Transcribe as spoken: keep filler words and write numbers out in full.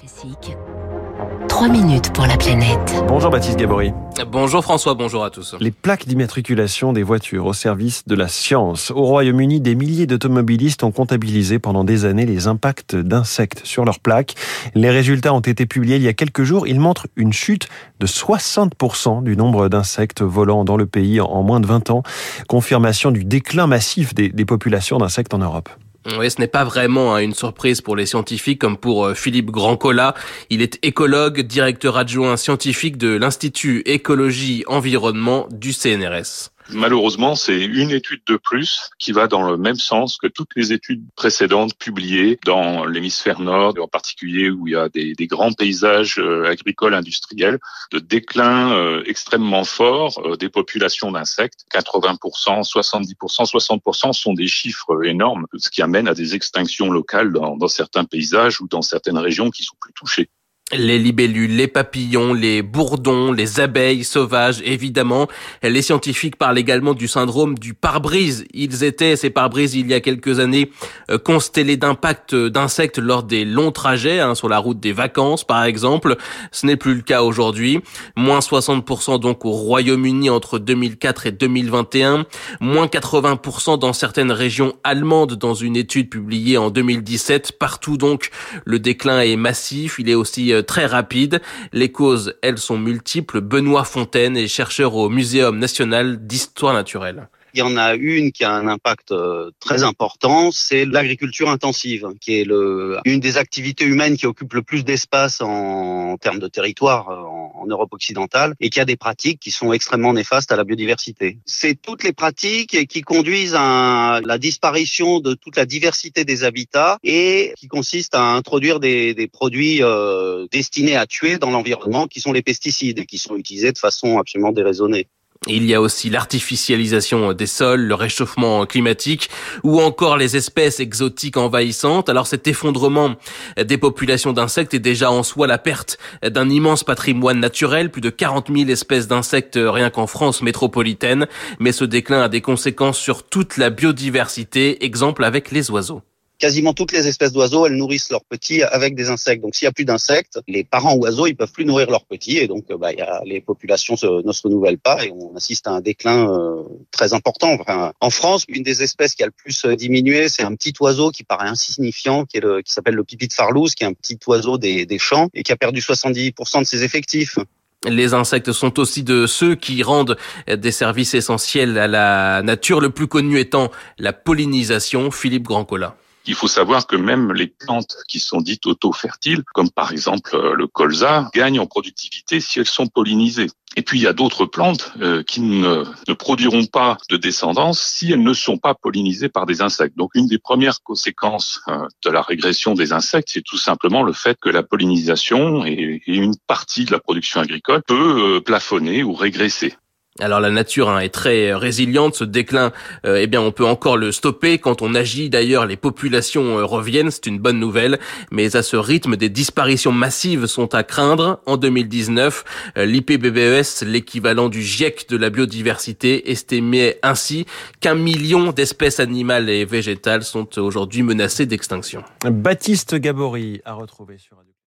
Classique. Trois minutes pour la planète. Bonjour Baptiste Gabory. Bonjour François, bonjour à tous. Les plaques d'immatriculation des voitures au service de la science. Au Royaume-Uni, des milliers d'automobilistes ont comptabilisé pendant des années les impacts d'insectes sur leurs plaques. Les résultats ont été publiés il y a quelques jours. Ils montrent une chute de soixante pour cent du nombre d'insectes volant dans le pays en moins de vingt ans. Confirmation du déclin massif des, des populations d'insectes en Europe. Oui, ce n'est pas vraiment hein, une surprise pour les scientifiques comme pour euh, Philippe Grandcola. Il est écologue, directeur adjoint scientifique de l'Institut Écologie Environnement du C N R S. Malheureusement, c'est une étude de plus qui va dans le même sens que toutes les études précédentes publiées dans l'hémisphère nord, en particulier où il y a des, des grands paysages euh, agricoles industriels, de déclin euh, extrêmement fort euh, des populations d'insectes. quatre-vingts pour cent, soixante-dix pour cent, soixante pour cent sont des chiffres énormes, ce qui amène à des extinctions locales dans, dans certains paysages ou dans certaines régions qui sont plus touchées. Les libellules, les papillons, les bourdons, les abeilles sauvages, évidemment. Les scientifiques parlent également du syndrome du pare-brise. Ils étaient, ces pare-brises, il y a quelques années, constellés d'impacts d'insectes lors des longs trajets, hein, sur la route des vacances, par exemple. Ce n'est plus le cas aujourd'hui. Moins soixante pour cent donc au Royaume-Uni entre deux mille quatre et deux mille vingt et un. Moins quatre-vingts pour cent dans certaines régions allemandes dans une étude publiée en deux mille dix-sept. Partout donc, le déclin est massif. Il est aussi très rapide. Les causes, elles, sont multiples. Benoît Fontaine est chercheur au Muséum national d'histoire naturelle. Il y en a une qui a un impact très important, c'est l'agriculture intensive, qui est le, une des activités humaines qui occupe le plus d'espace en, en termes de territoire en, en Europe occidentale et qui a des pratiques qui sont extrêmement néfastes à la biodiversité. C'est toutes les pratiques qui conduisent à la disparition de toute la diversité des habitats et qui consistent à introduire des, des produits euh, destinés à tuer dans l'environnement, qui sont les pesticides, qui sont utilisés de façon absolument déraisonnée. Il y a aussi l'artificialisation des sols, le réchauffement climatique ou encore les espèces exotiques envahissantes. Alors cet effondrement des populations d'insectes est déjà en soi la perte d'un immense patrimoine naturel, plus de quarante mille espèces d'insectes rien qu'en France métropolitaine. Mais ce déclin a des conséquences sur toute la biodiversité, exemple avec les oiseaux. Quasiment toutes les espèces d'oiseaux, elles nourrissent leurs petits avec des insectes. Donc, s'il y a plus d'insectes, les parents oiseaux, ils peuvent plus nourrir leurs petits, et donc, bah, y a, les populations se, ne se renouvellent pas, et on assiste à un déclin euh, très important. Enfin, en France, une des espèces qui a le plus diminué, c'est un petit oiseau qui paraît insignifiant, qui est le, qui s'appelle le pipi de Farlouse, qui est un petit oiseau des, des champs et qui a perdu soixante-dix pour cent de ses effectifs. Les insectes sont aussi de ceux qui rendent des services essentiels à la nature, le plus connu étant la pollinisation. Philippe Grandcola. Il faut savoir que même les plantes qui sont dites auto-fertiles, comme par exemple le colza, gagnent en productivité si elles sont pollinisées. Et puis il y a d'autres plantes euh, qui ne, ne produiront pas de descendance si elles ne sont pas pollinisées par des insectes. Donc une des premières conséquences euh, de la régression des insectes, c'est tout simplement le fait que la pollinisation et, et une partie de la production agricole peut euh, plafonner ou régresser. Alors la nature hein, est très résiliente, ce déclin, euh, eh bien on peut encore le stopper. Quand on agit d'ailleurs, les populations euh, reviennent, c'est une bonne nouvelle. Mais à ce rythme, des disparitions massives sont à craindre. En deux mille dix-neuf, euh, l'I P B B E S, l'équivalent du GIEC de la biodiversité, estimait ainsi qu'un million d'espèces animales et végétales sont aujourd'hui menacées d'extinction. Baptiste Gabory à retrouver sur Radio